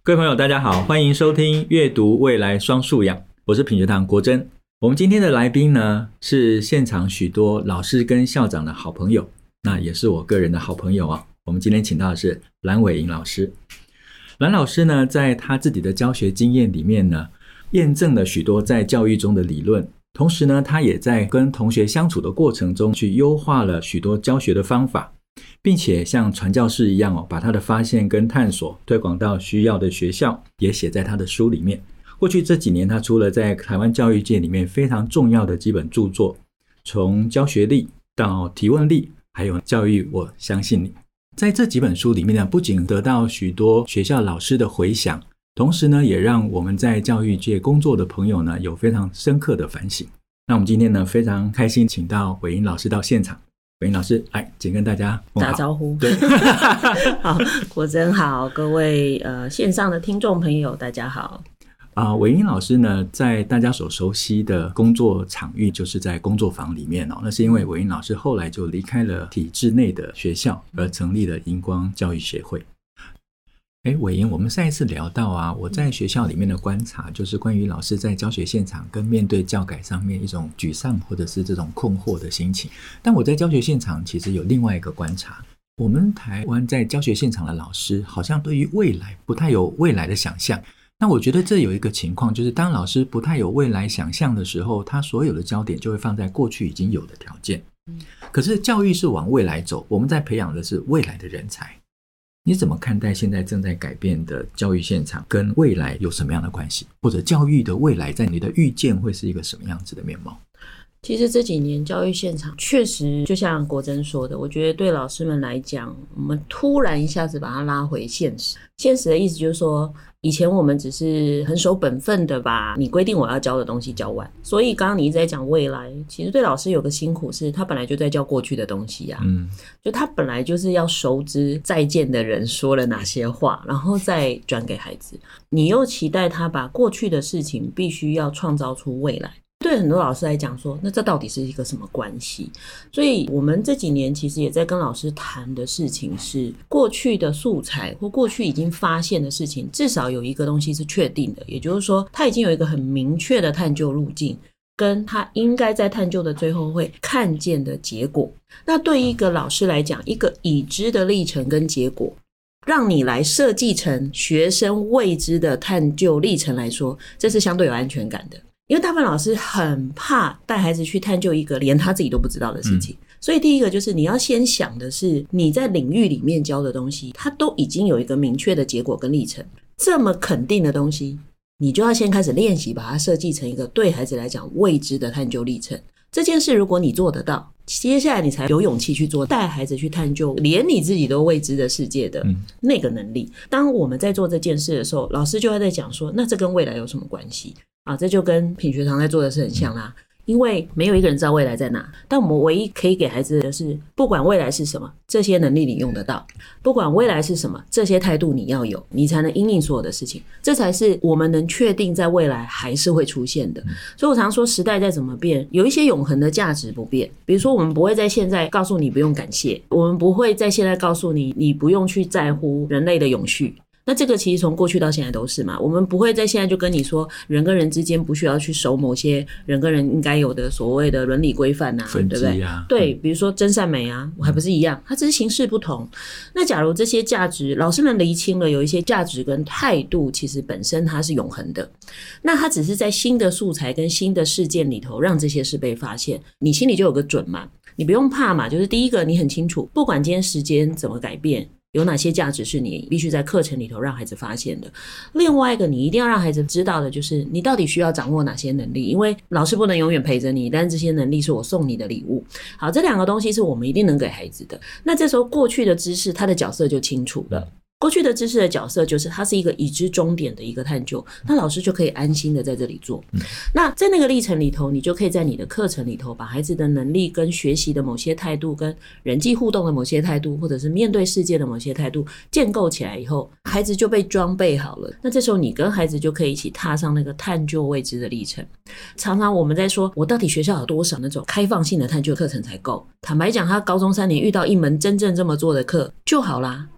各位朋友大家好，欢迎收听阅读未来双素养，我是品学堂国珍。我们今天的来宾呢，是现场许多老师跟校长的好朋友，那也是我个人的好朋友啊。我们今天请到的是蓝伟莹老师。蓝老师呢，在他自己的教学经验里面呢，验证了许多在教育中的理论，同时呢，他也在跟同学相处的过程中去优化了许多教学的方法，并且像传教士一样把他的发现跟探索推广到需要的学校，也写在他的书里面。过去这几年，他出了在台湾教育界里面非常重要的几本著作，从教学力到提问力，还有教育我相信你。在这几本书里面呢，不仅得到许多学校老师的回响，同时呢，也让我们在教育界工作的朋友呢，有非常深刻的反省。那我们今天呢，非常开心请到伟莹老师到现场。伟莹老师来，请跟大家问好打招呼。 对好，国珍好，各位线上的听众朋友大家好。 伟莹老师呢，在大家所熟悉的工作场域就是在工作坊里面那是因为伟莹老师后来就离开了体制内的学校，而成立了荧光教育协会。伟莹，我们上一次聊到我在学校里面的观察，就是关于老师在教学现场跟面对教改上面一种沮丧或者是这种困惑的心情。但我在教学现场其实有另外一个观察，我们台湾在教学现场的老师好像对于未来不太有未来的想象。那我觉得这有一个情况，就是当老师不太有未来想象的时候，他所有的焦点就会放在过去已经有的条件。可是教育是往未来走，我们在培养的是未来的人才。你怎么看待现在正在改变的教育现场跟未来有什么样的关系？或者教育的未来在你的预见会是一个什么样子的面貌？ 其实这几年教育现场确实就像国珍说的，我觉得对老师们来讲，我们突然一下子把它拉回现实。现实的意思就是说，以前我们只是很守本分的把你规定我要教的东西教完，所以刚刚你一直在讲未来，其实对老师有个辛苦是他本来就在教过去的东西就他本来就是要熟知再见的人说了哪些话，然后再转给孩子，你又期待他把过去的事情必须要创造出未来。对很多老师来讲说，那这到底是一个什么关系？所以我们这几年其实也在跟老师谈的事情是，过去的素材或过去已经发现的事情，至少有一个东西是确定的，也就是说他已经有一个很明确的探究路径，跟他应该在探究的最后会看见的结果。那对一个老师来讲，一个已知的历程跟结果让你来设计成学生未知的探究历程来说，这是相对有安全感的。因为大部分老师很怕带孩子去探究一个连他自己都不知道的事情，所以第一个就是你要先想的是你在领域里面教的东西，它都已经有一个明确的结果跟历程，这么肯定的东西，你就要先开始练习把它设计成一个对孩子来讲未知的探究历程。这件事如果你做得到，接下来你才有勇气去做带孩子去探究连你自己都未知的世界的那个能力。当我们在做这件事的时候，老师就会在讲说，那这跟未来有什么关系这就跟品学堂在做的事很像啦。因为没有一个人知道未来在哪，但我们唯一可以给孩子的是，不管未来是什么，这些能力你用得到，不管未来是什么，这些态度你要有，你才能因应所有的事情，这才是我们能确定在未来还是会出现的。所以我常说时代再怎么变，有一些永恒的价值不变。比如说我们不会在现在告诉你不用感谢，我们不会在现在告诉你你不用去在乎人类的永续，那这个其实从过去到现在都是嘛，我们不会在现在就跟你说人跟人之间不需要去守某些人跟人应该有的所谓的伦理规范对不对？对，比如说真善美我还不是一样，它只是形式不同。那假如这些价值老师们厘清了，有一些价值跟态度其实本身它是永恒的，那它只是在新的素材跟新的事件里头让这些事被发现，你心里就有个准嘛，你不用怕嘛。就是第一个你很清楚，不管今天时间怎么改变，有哪些价值是你必须在课程里头让孩子发现的。另外一个你一定要让孩子知道的就是你到底需要掌握哪些能力，因为老师不能永远陪着你，但是这些能力是我送你的礼物。好，这两个东西是我们一定能给孩子的。那这时候过去的知识它的角色就清楚了，过去的知识的角色就是它是一个已知终点的一个探究，那老师就可以安心的在这里做。那在那个历程里头，你就可以在你的课程里头把孩子的能力跟学习的某些态度跟人际互动的某些态度，或者是面对世界的某些态度建构起来以后，孩子就被装备好了。那这时候你跟孩子就可以一起踏上那个探究未知的历程。常常我们在说我到底学校有多少那种开放性的探究课程才够，坦白讲他高中3年遇到一门真正这么做的课就好啦，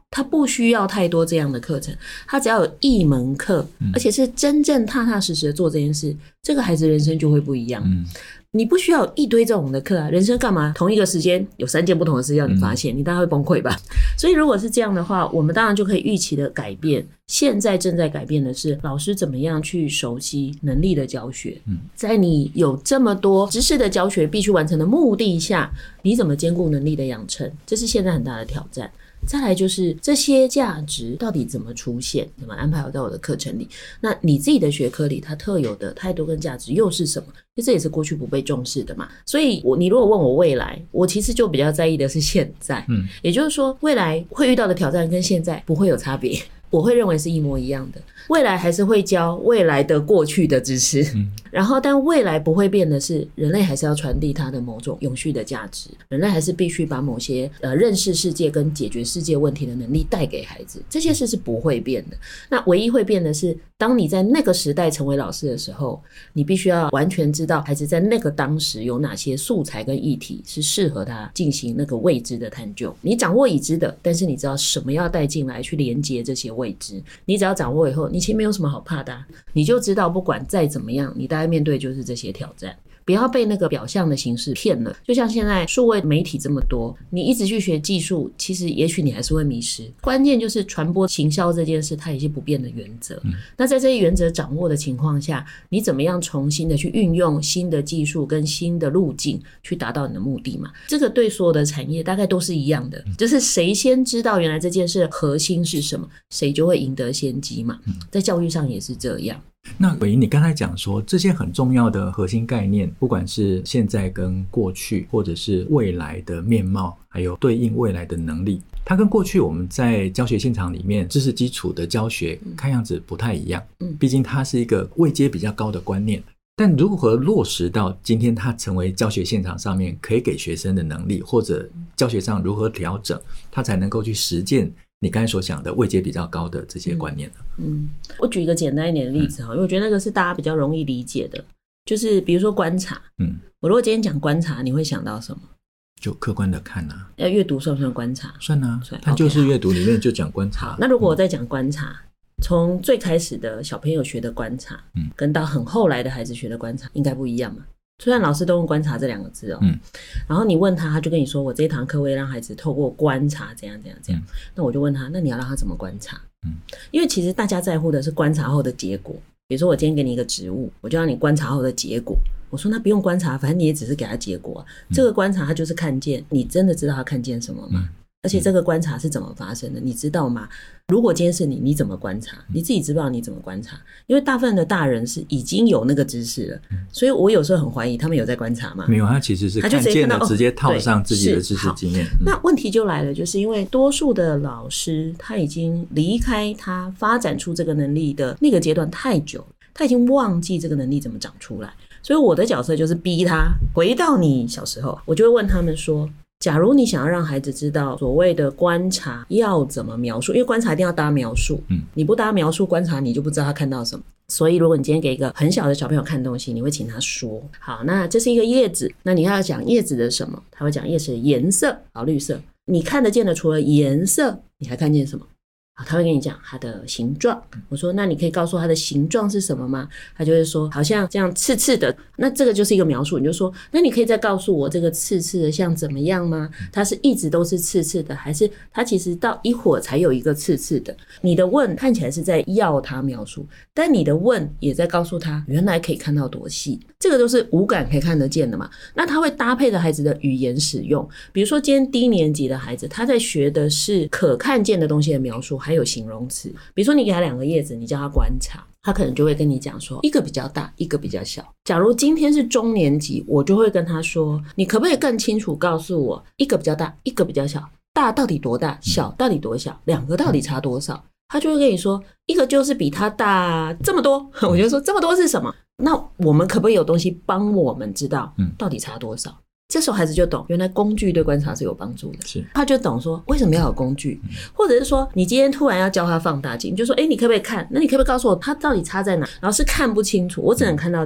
他不需要太多这样的课程，他只要有一门课，而且是真正踏踏实实的做这件事，这个孩子人生就会不一样。你不需要有一堆这种的课啊，人生干嘛同一个时间有3件不同的事要你发现，你大概会崩溃吧。所以如果是这样的话，我们当然就可以预期的改变。现在正在改变的是老师怎么样去熟悉能力的教学，在你有这么多知识的教学必须完成的目的下，你怎么兼顾能力的养成，这是现在很大的挑战。再来就是这些价值到底怎么出现，怎么安排到我的课程里，那你自己的学科里它特有的态度跟价值又是什么，因为这也是过去不被重视的嘛。所以你如果问我未来，我其实就比较在意的是现在，也就是说未来会遇到的挑战跟现在不会有差别，我会认为是一模一样的。未来还是会教未来的过去的知识，然后但未来不会变的是人类还是要传递它的某种永续的价值，人类还是必须把某些认识世界跟解决世界问题的能力带给孩子，这些事是不会变的。那唯一会变的是当你在那个时代成为老师的时候，你必须要完全知道孩子在那个当时有哪些素材跟议题是适合他进行那个未知的探究。你掌握已知的，但是你知道什么要带进来去连接这些未知，你只要掌握以后，你其实没有什么好怕的你就知道不管再怎么样，你大概面对就是这些挑战。不要被那个表象的形式骗了，就像现在数位媒体这么多，你一直去学技术，其实也许你还是会迷失。关键就是传播行销这件事，它有一些不变的原则。那在这些原则掌握的情况下，你怎么样重新的去运用新的技术跟新的路径去达到你的目的嘛？这个对所有的产业大概都是一样的，就是谁先知道原来这件事的核心是什么，谁就会赢得先机嘛。在教育上也是这样。 那伟莹，你刚才讲说这些很重要的核心概念，不管是现在跟过去，或者是未来的面貌，还有对应未来的能力，它跟过去我们在教学现场里面知识基础的教学看样子不太一样，毕竟它是一个位阶比较高的观念，但如何落实到今天它成为教学现场上面可以给学生的能力，或者教学上如何调整，它才能够去实践你刚才所想的位阶比较高的这些观念呢？ 我举一个简单一点的例子，因为我觉得那个是大家比较容易理解的，就是比如说观察。我如果今天讲观察，你会想到什么？ 就客观的看啊。 要阅读算不算观察？ 算啊，它就是阅读里面就讲观察。 那如果我在讲观察，从最开始的小朋友学的观察，跟到很后来的孩子学的观察，应该不一样嘛？虽然老师都用观察这2个字然后你问他，他就跟你说我这一堂课会让孩子透过观察怎样怎样怎样，那我就问他，那你要让他怎么观察？因为其实大家在乎的是观察后的结果。比如说我今天给你一个植物，我就让你观察后的结果，我说那不用观察，反正你也只是给他结果这个观察他就是看见，你真的知道他看见什么吗？而且这个观察是怎么发生的，你知道吗？如果今天是你怎么观察？你自己知道你怎么观察？因为大部分的大人是已经有那个知识了，所以我有时候很怀疑他们有在观察吗？ 没有，他其实是看见了直接套上自己的知识经验。 那问题就来了，就是因为多数的老师他已经离开他发展出这个能力的那个阶段太久了，他已经忘记这个能力怎么长出来，所以我的角色就是逼他回到你小时候，我就会问他们说，假如你想要让孩子知道所谓的观察要怎么描述，因为观察一定要搭描述，你不搭描述观察你就不知道他看到什么。所以如果你今天给一个很小的小朋友看东西，你会请他说，好，那这是一个叶子，那你要讲叶子的什么？他会讲叶子的颜色，好，绿色。你看得见的除了颜色，你还看见什么？他会跟你讲它的形状。我说那你可以告诉它的形状是什么吗？他就会说好像这样刺刺的，那这个就是一个描述。你就说那你可以再告诉我这个刺刺的像怎么样吗？它是一直都是刺刺的，还是它其实到一会儿才有一个刺刺的？你的问看起来是在要他描述，但你的问也在告诉他原来可以看到多细，这个都是五感可以看得见的嘛。那他会搭配着孩子的语言使用，比如说今天低年级的孩子他在学的是可看见的东西的描述，还有形容词。比如说你给他2个叶子，你叫他观察，他可能就会跟你讲说一个比较大，一个比较小。假如今天是中年级，我就会跟他说你可不可以更清楚告诉我一个比较大，一个比较小，大到底多大，小到底多小，2个到底差多少？他就会跟你说一个就是比他大这么多我就说这么多是什么？那我们可不可以有东西帮我们知道到底差多少？这时候孩子就懂原来工具对观察是有帮助的，是他就懂说为什么要有工具，或者是说你今天突然要教他放大镜，你就说你可不可以看，那你可不可以告诉我它到底差在哪？老师看不清楚，我只能看到这样，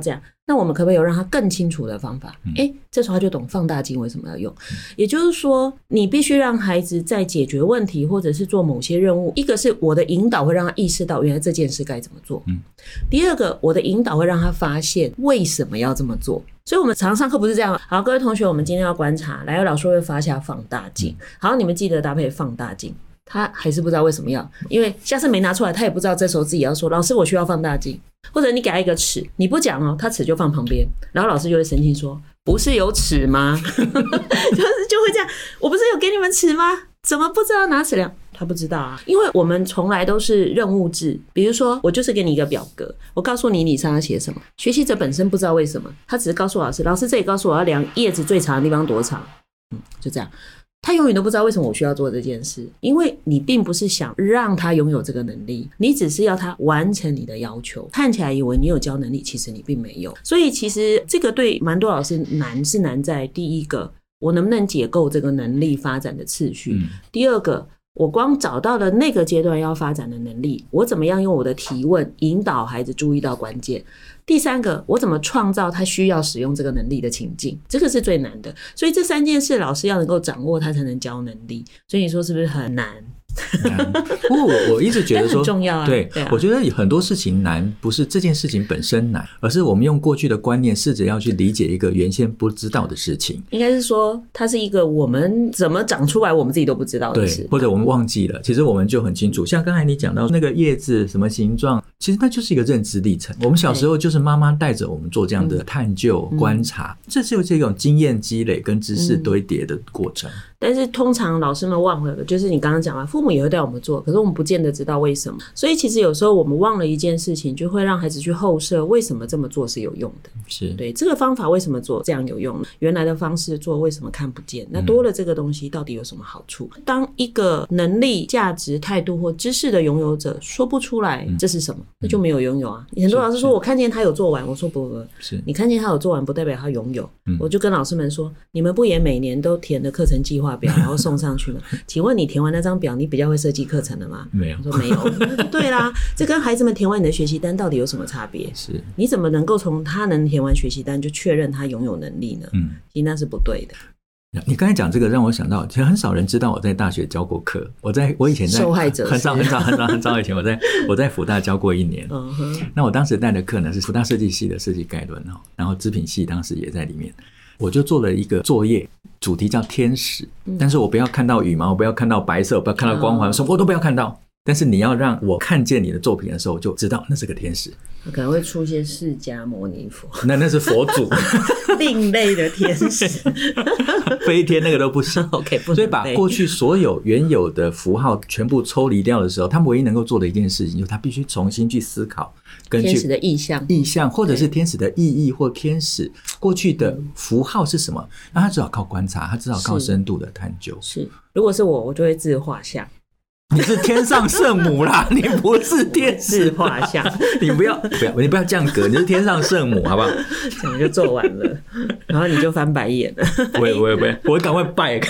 那我们可不可以有让他更清楚的方法？这时候他就懂放大镜为什么要用。也就是说，你必须让孩子在解决问题或者是做某些任务，一个是我的引导会让他意识到原来这件事该怎么做，第二个我的引导会让他发现为什么要这么做。所以我们常上课不是这样。好，各位同学，我们今天要观察，来，老师会发下放大镜。好，你们记得搭配放大镜。他还是不知道为什么要，因为下次没拿出来，他也不知道这时候自己要说老师我需要放大镜，或者你给他一个尺，你不讲哦，他尺就放旁边，然后老师就会生气说不是有尺吗？就会这样，我不是有给你们尺吗？怎么不知道拿尺量？他不知道啊，因为我们从来都是任务制。比如说我就是给你一个表格，我告诉你上要写什么，学习者本身不知道为什么，他只是告诉老师，老师这里告诉我要量叶子最长的地方多长，就这样。他永远都不知道为什么我需要做这件事，因为你并不是想让他拥有这个能力，你只是要他完成你的要求。看起来以为你有教能力，其实你并没有。所以其实这个对蛮多老师难是难在第一个，我能不能解构这个能力发展的次序，第二个，我光找到了那个阶段要发展的能力，我怎么样用我的提问引导孩子注意到关键，第三个，我怎么创造他需要使用这个能力的情境，这个是最难的。所以这3件事老师要能够掌握，他才能教能力。所以你说是不是很难？ 不过我一直觉得说很重要啊。 对啊，我觉得很多事情难不是这件事情本身难，而是我们用过去的观念试着要去理解一个原先不知道的事情。 应该是说它是一个我们怎么长出来我们自己都不知道的事， 对，或者我们忘记了，其实我们就很清楚。像刚才你讲到那个叶子什么形状，其实那就是一个认知历程。我们小时候就是妈妈带着我们做这样的探究、观察，这是有这种经验积累跟知识堆叠的过程。 但是通常老师们忘了，就是你刚刚讲了，父母也会带我们做，可是我们不见得知道为什么。所以其实有时候我们忘了一件事情，就会让孩子去后设为什么这么做是有用的。 是对这个方法为什么做这样有用，原来的方式做为什么看不见，那多了这个东西到底有什么好处？当一个能力、价值、态度或知识的拥有者说不出来这是什么，那就没有拥有啊。很多老师说我看见他有做完，我说不，你看见他有做完不代表他拥有。我就跟老师们说，你们不也每年都填的课程计划表然后送上去吗？请问你填完那张表，你比较会设计课程了吗？ 没有。 我说没有。那就对啦，这跟孩子们填完你的学习单到底有什么差别？ 是你怎么能够从他能填完学习单就确认他拥有能力呢？其实那是不对的。 你刚才讲这个让我想到，其实很少人知道我在大学教过课。我以前在受害者很早以前，我在辅大教过1年。那我当时带的课呢是辅大设计系的设计概论，然后织品系当时也在里面。我就做了一个作业，主题叫天使，但是我不要看到羽毛，不要看到白色，不要看到光环，什么都不要看到。但是你要让我看见你的作品的时候，我就知道那是个天使。 可能会出现释迦牟尼佛， 那是佛祖， 另类的天使， 飞天那个都不行。 OK， 所以把过去所有原有的符号全部抽离掉的时候，他们唯一能够做的一件事情，就是他必须重新去思考根据天使的意象， 或者是天使的意义，或天使过去的符号是什么。那他只好靠观察，他只好靠深度的探究。 是，如果是我就会自画像。 你是天上圣母啦，你不是天使画像。 你不要这样隔，你是天上圣母，好不好？ 这样就做完了，然后你就翻白眼了。 不会，我赶快拜。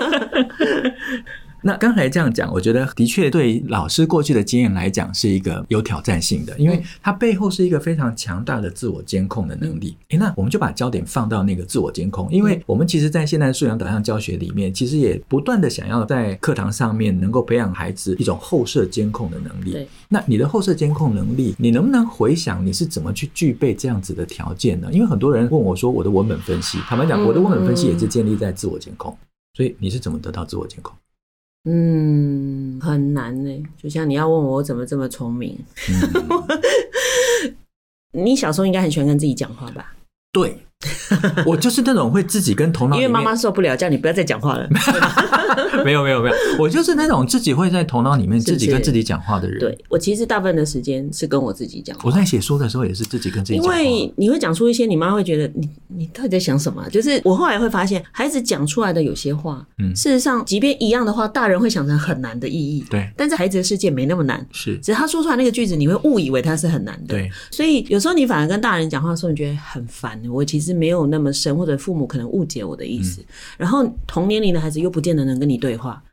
那刚才这样讲，我觉得的确对老师过去的经验来讲是一个有挑战性的，因为它背后是一个非常强大的自我监控的能力。那我们就把焦点放到那个自我监控，因为我们其实在现代素养导向教学里面，其实也不断的想要在课堂上面能够培养孩子一种后设监控的能力。那你的后设监控能力，你能不能回想你是怎么去具备这样子的条件呢？因为很多人问我说我的文本分析，坦白讲我的文本分析也是建立在自我监控，所以你是怎么得到自我监控？ 很难呢。就像你要问我怎么这么聪明，你小时候应该很喜欢跟自己讲话吧？ 对，我就是那种会自己跟头脑里面， 因为妈妈受不了，叫你不要再讲话了。 没有，我就是那种自己会在头脑里面自己跟自己讲话的人。 对，我其实大部分的时间是跟我自己讲话。 我在写书的时候也是自己跟自己讲话， 因为你会讲出一些你妈会觉得你到底在想什么？就是我后来会发现，孩子讲出来的有些话，事实上即便一样的话，大人会想成很难的意义。 对， 但是孩子的世界没那么难， 是只是他说出来那个句子，你会误以为他是很难的。 对， 所以有时候你反而跟大人讲话的时候，你觉得很烦。我其实没有那么深，或者父母可能误解我的意思。然后同年龄的孩子又不见得能跟你对话。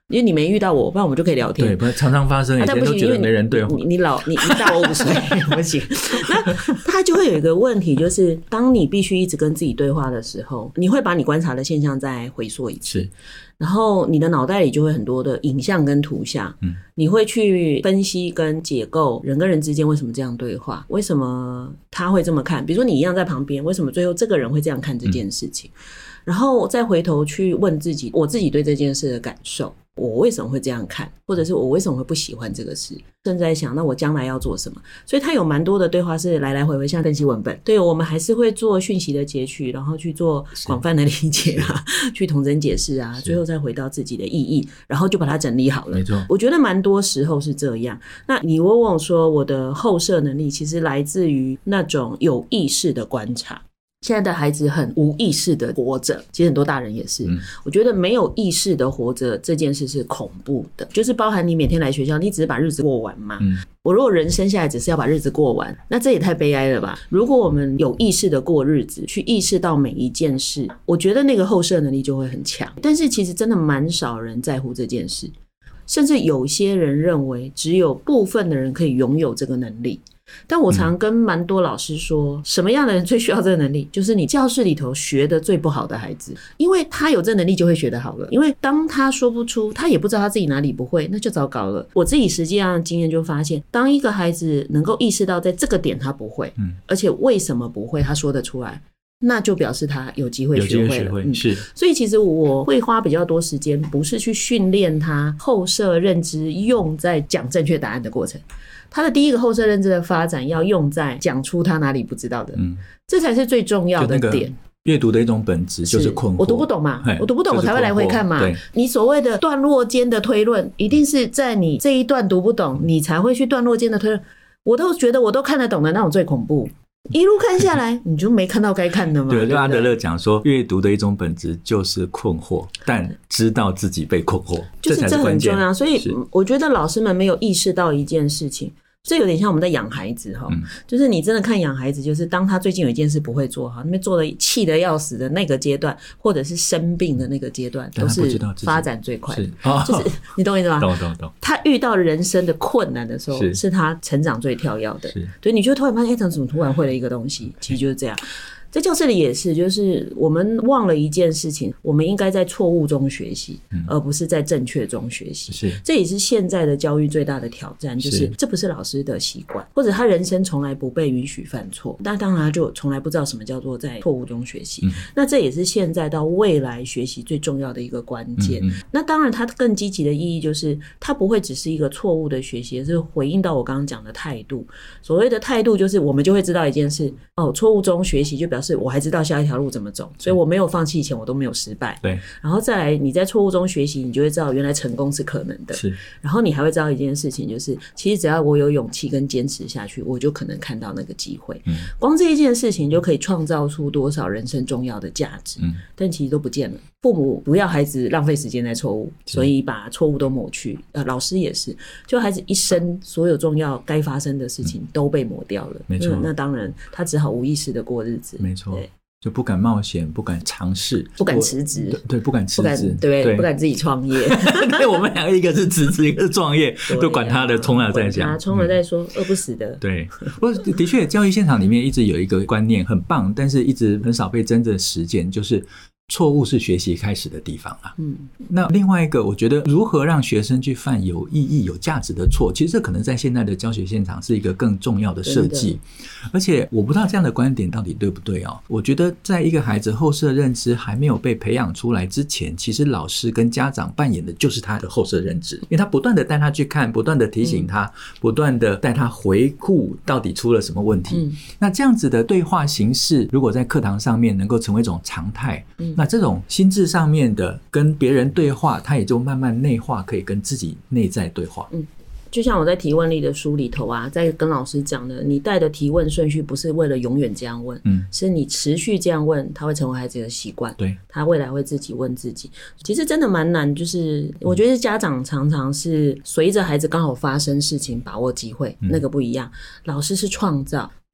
因为你没遇到我，不然我们就可以聊天。 对，常常发生，以前都觉得没人对话。 你大我5岁，不行。那他就会有一个问题，就是当你必须一直跟自己对话的时候，你会把你观察的现象再回溯一次，然后你的脑袋里就会很多的影像跟图像，你会去分析跟解构人跟人之间为什么这样对话，为什么他会这么看，比如说你一样在旁边，为什么最后这个人会这样看这件事情，然后再回头去问自己，我自己对这件事的感受，我为什么会这样看，或者是我为什么会不喜欢这个事，正在想那我将来要做什么。所以它有蛮多的对话是来来回回像分析文本，对，我们还是会做讯息的截取，然后去做广泛的理解啊，去统整解释啊，最后再回到自己的意义，然后就把它整理好了。 没错， 我觉得蛮多时候是这样。那你问我说我的后设能力其实来自于那种有意识的观察。现在的孩子很无意识的活着，其实很多大人也是。我觉得没有意识的活着这件事是恐怖的，就是包含你每天来学校，你只是把日子过完嘛。我如果人生下来只是要把日子过完，那这也太悲哀了吧。如果我们有意识的过日子，去意识到每一件事，我觉得那个后设能力就会很强。但是其实真的蛮少人在乎这件事，甚至有些人认为只有部分的人可以拥有这个能力。但我常跟蛮多老师说，什么样的人最需要这个能力，就是你教室里头学得最不好的孩子，因为他有这能力就会学得好了。因为当他说不出，他也不知道他自己哪里不会，那就糟糕了。我自己实际上的经验就发现，当一个孩子能够意识到在这个点他不会，而且为什么不会他说得出来，那就表示他有机会学会了。 是， 所以其实我会花比较多时间，不是去训练他后设认知用在讲正确答案的过程，他的第一个后设认知的发展要用在讲出他哪里不知道的，这才是最重要的点。 阅读的一种本质就是困惑， 我读不懂嘛，我读不懂我才会来回看嘛。你所谓的段落间的推论，一定是在你这一段读不懂，你才会去段落间的推论。我都觉得我都看得懂的那种最恐怖。一路看下来，你就没看到该看的嘛。 对，阿德勒讲说，阅读的一种本质就是困惑，但知道自己被困惑， 就是这很重要。所以我觉得老师们没有意识到一件事情。这有点像我们在养孩子哈，就是你真的看养孩子，就是当他最近有一件事不会做哈，那边做的气得要死的那个阶段，或者是生病的那个阶段，都是发展最快的。就是你懂我意思吗？ 懂。 他遇到人生的困难的时候，是他成长最跳跃的。对，你就突然发现，怎么突然会了一个东西？其实就是这样。在教室里也是，就是我们忘了一件事情，我们应该在错误中学习，而不是在正确中学习。这也是现在的教育最大的挑战，就是这不是老师的习惯，或者他人生从来不被允许犯错，但当然他就从来不知道什么叫做在错误中学习。那这也是现在到未来学习最重要的一个关键。那当然它更积极的意义就是它不会只是一个错误的学习，而是回应到我刚刚讲的态度。所谓的态度就是我们就会知道一件事，错误中学习就表示我还知道下一条路怎么走，所以我没有放弃以前我都没有失败。 对， 然后再来你在错误中学习，你就会知道原来成功是可能的。 是， 然后你还会知道一件事情，就是其实只要我有勇气跟坚持下去，我就可能看到那个机会。光这一件事情就可以创造出多少人生重要的价值。但其实都不见了。父母不要孩子浪费时间在错误，所以把错误都抹去。老师也是，就孩子一生所有重要该发生的事情都被抹掉了。 没错， 那当然他只好无意识的过日子。 没错，就不敢冒险，不敢尝试， 不敢辞职。 对，不敢辞职， 对，不敢自己创业。 对，我们两个一个是辞职，一个是创业，都管他的，冲了再讲， 冲了再说，饿不死的。 对，不过的确，教育现场里面一直有一个观念很棒，但是一直很少被真正实践，就是错误是学习开始的地方啦。那另外一个，我觉得如何让学生去犯有意义、有价值的错，其实这可能在现在的教学现场是一个更重要的设计。而且我不知道这样的观点到底对不对哦。我觉得在一个孩子后设认知还没有被培养出来之前，其实老师跟家长扮演的就是他的后设认知，因为他不断的带他去看，不断的提醒他，不断的带他回顾到底出了什么问题。那这样子的对话形式，如果在课堂上面能够成为一种常态，那这种心智上面的跟别人对话，他也就慢慢内化，可以跟自己内在对话。 就像我在提问力的书里头啊，在跟老师讲的，你带的提问顺序不是为了永远这样问，是你持续这样问，他会成为孩子的习惯，对，他未来会自己问自己。其实真的蛮难，就是我觉得家长常常是随着孩子刚好发生事情把握机会，那个不一样。老师是创造。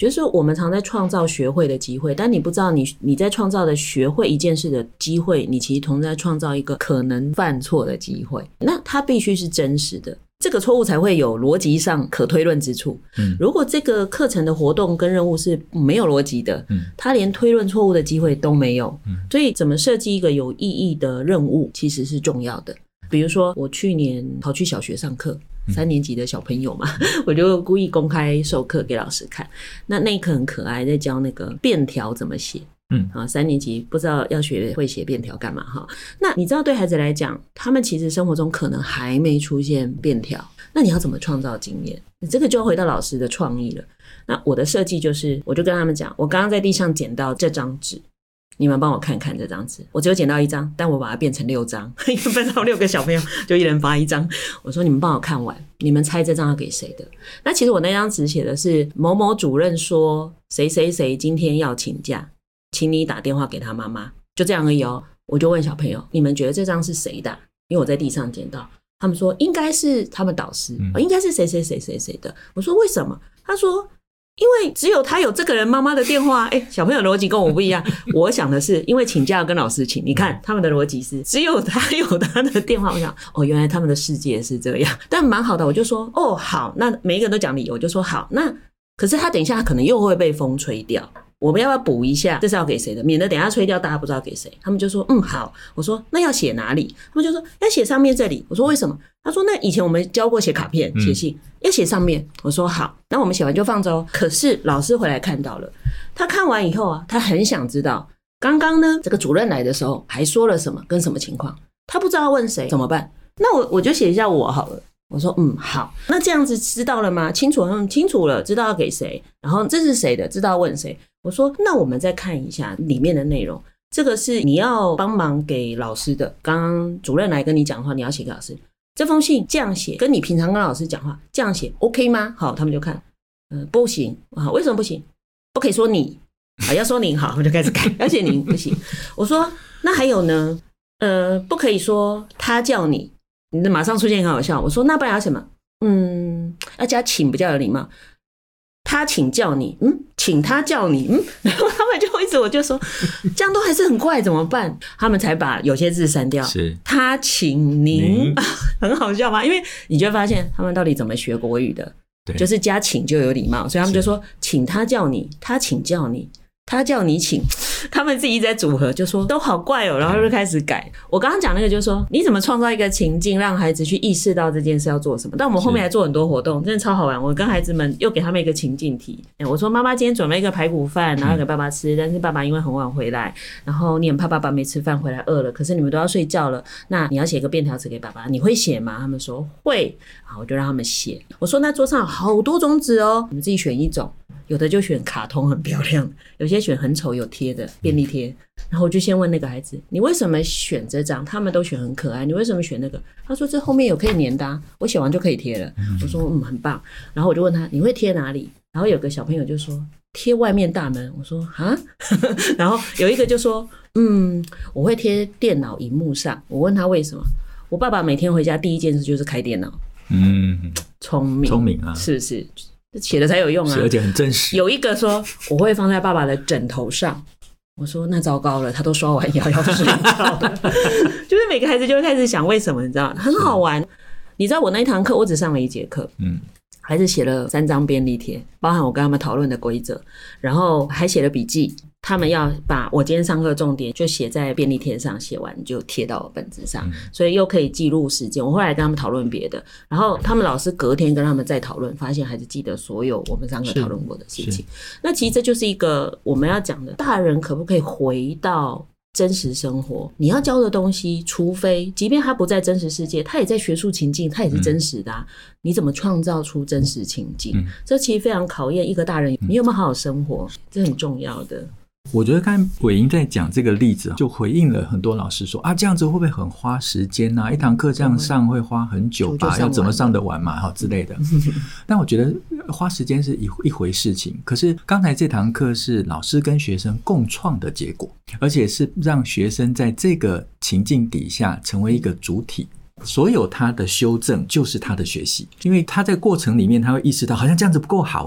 就是我们常在创造学会的机会，但你不知道你在创造的学会一件事的机会，你其实同时在创造一个可能犯错的机会，那它必须是真实的，这个错误才会有逻辑上可推论之处。如果这个课程的活动跟任务是没有逻辑的，它连推论错误的机会都没有。所以怎么设计一个有意义的任务其实是重要的。比如说我去年跑去小学上课，3年级的小朋友嘛，我就故意公开授课给老师看。那一课很可爱，在教那个便条怎么写。3年级不知道要学会写便条干嘛哈？那你知道对孩子来讲，他们其实生活中可能还没出现便条，那你要怎么创造经验？这个就要回到老师的创意了。那我的设计就是，我就跟他们讲，我刚刚在地上捡到这张纸，你们帮我看看这张纸，我只有捡到1张，但我把它变成6张，因为分到6个小朋友，就一人发1张。我说你们帮我看完，你们猜这张要给谁的？那其实我那张纸写的是某某主任说谁谁谁今天要请假，请你打电话给他妈妈，就这样而已哦。我就问小朋友，你们觉得这张是谁的？因为我在地上捡到，他们说应该是他们导师，应该是谁谁谁谁谁的。我说为什么？他说因为只有他有这个人妈妈的电话。小朋友逻辑跟我不一样，我想的是因为请假要跟老师请，你看他们的逻辑是只有他有他的电话。我想原来他们的世界是这样，但蛮好的。我就说好，那每一个人都讲理由，我就说好，那可是他等一下可能又会被风吹掉，我们要不要补一下这是要给谁的，免得等一下吹掉大家不知道给谁。他们就说好。我说那要写哪里？他们就说要写上面这里。我说为什么？他说那以前我们教过写卡片写信，要写上面。我说好，那我们写完就放着可是老师回来看到了，他看完以后啊，他很想知道刚刚呢这个主任来的时候还说了什么跟什么情况，他不知道问谁怎么办？那我就写一下我好了。我说好，那这样子知道了吗？清楚了，知道要给谁，然后这是谁的，知道问谁。我说那我们再看一下里面的内容，这个是你要帮忙给老师的，刚刚主任来跟你讲话，你要写给老师，这封信这样写跟你平常跟老师讲话这样写 OK 吗？好，他们就看不行。为什么不行？不可以说你要说您。好，我就开始改，而且您不行。我说那还有呢不可以说他叫你马上出现很好笑。我说那不然要什么？要加请比较有礼貌。他请叫你，请他叫你，然后他们就一直，我就说这样都还是很怪怎么办？他们才把有些字删掉。是他请您很好笑吗？因为你就会发现他们到底怎么学国语的，就是加请就有礼貌，所以他们就说请他叫你，他请叫你，他叫你请，他们自己一直在组合，就说都好怪然后就开始改。我刚刚讲那个就是说你怎么创造一个情境让孩子去意识到这件事要做什么，但我们后面还做很多活动，真的超好玩。我跟孩子们又给他们一个情境题，我说妈妈今天准备一个排骨饭然后给爸爸吃，但是爸爸因为很晚回来，然后你很怕爸爸没吃饭回来饿了，可是你们都要睡觉了，那你要写个便条纸给爸爸，你会写吗？他们说会。好，我就让他们写。我说那桌上有好多种纸你们自己选一种，有的就选卡通很漂亮，有些选很丑有贴的便利贴。然后我就先问那个孩子，你为什么选这张？他们都选很可爱，你为什么选那个？他说这后面有可以粘的我写完就可以贴了。我说很棒。然后我就问他你会贴哪里？然后有个小朋友就说贴外面大门。我说然后有一个就说我会贴电脑萤幕上。我问他为什么？我爸爸每天回家第一件事就是开电脑。聪明啊，是不是？写的才有用啊， 而且很真实。 有一个说我会放在爸爸的枕头上。我说那糟糕了，他都刷完牙要睡觉了就是每个孩子就会开始想为什么，你知道很好玩。你知道我那一堂课我只上了1节课，孩子写了3张便利贴，包含我跟他们讨论的规则，然后还写了笔记。他们要把我今天上课重点就写在便利贴上，写完就贴到本子上，所以又可以记录时间。我后来跟他们讨论别的，然后他们老师隔天跟他们再讨论，发现孩子记得所有我们上课讨论过的事情。那其实这就是一个我们要讲的，大人可不可以回到真实生活？你要教的东西，除非即便他不在真实世界，他也在学术情境，他也是真实的你怎么创造出真实情境？这其实非常考验一个大人你有没有好好生活，这很重要的。 我觉得刚才伟英在讲这个例子，就回应了很多老师说这样子会不会很花时间一堂课这样上会花很久吧，要怎么上得完嘛之类的但我觉得花时间是一回事情，可是刚才这堂课是老师跟学生共创的结果，而且是让学生在这个情境底下成为一个主体，所有他的修正就是他的学习，因为他在过程里面他会意识到好像这样子不够好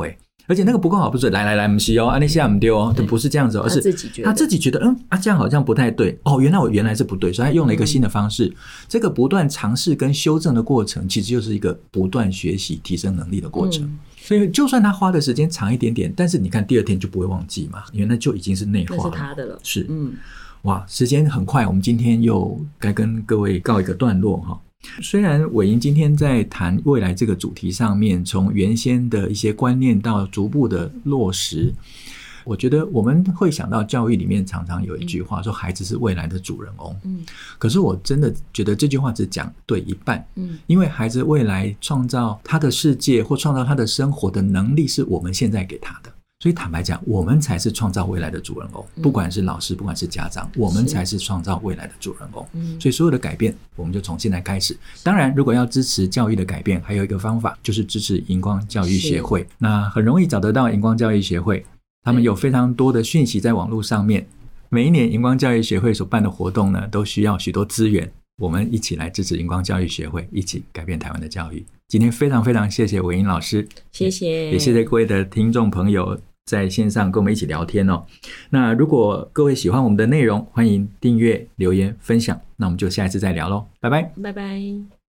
而且那个不够好不是来不是哦，那些不丢哦，不是这样子，而是他自己觉得这样好像不太对哦，原来是不对，所以他用了一个新的方式。这个不断尝试跟修正的过程，其实就是一个不断学习提升能力的过程。所以就算他花的时间长一点点，但是你看第二天就不会忘记嘛，因为那就已经是内化了， 那是他的了。 是，哇，时间很快，我们今天又该跟各位告一个段落哈。虽然伟莹今天在谈未来这个主题上面，从原先的一些观念到逐步的落实，我觉得我们会想到教育里面常常有一句话说孩子是未来的主人翁。可是我真的觉得这句话只讲对一半。因为孩子未来创造他的世界或创造他的生活的能力是我们现在给他的。所以坦白讲，我们才是创造未来的主人翁，不管是老师，不管是家长，我们才是创造未来的主人翁。所以所有的改变，我们就从现在开始。当然，如果要支持教育的改变，还有一个方法就是支持荧光教育协会。那很容易找得到荧光教育协会，他们有非常多的讯息在网络上面。每一年荧光教育协会所办的活动呢，都需要许多资源。我们一起来支持荧光教育协会，一起改变台湾的教育。今天非常非常谢谢伟莹老师， 谢谢， 也谢谢各位的听众朋友在线上跟我们一起聊天哦。那如果各位喜欢我们的内容，欢迎订阅、留言、分享。那我们就下一次再聊咯，拜拜， 拜拜。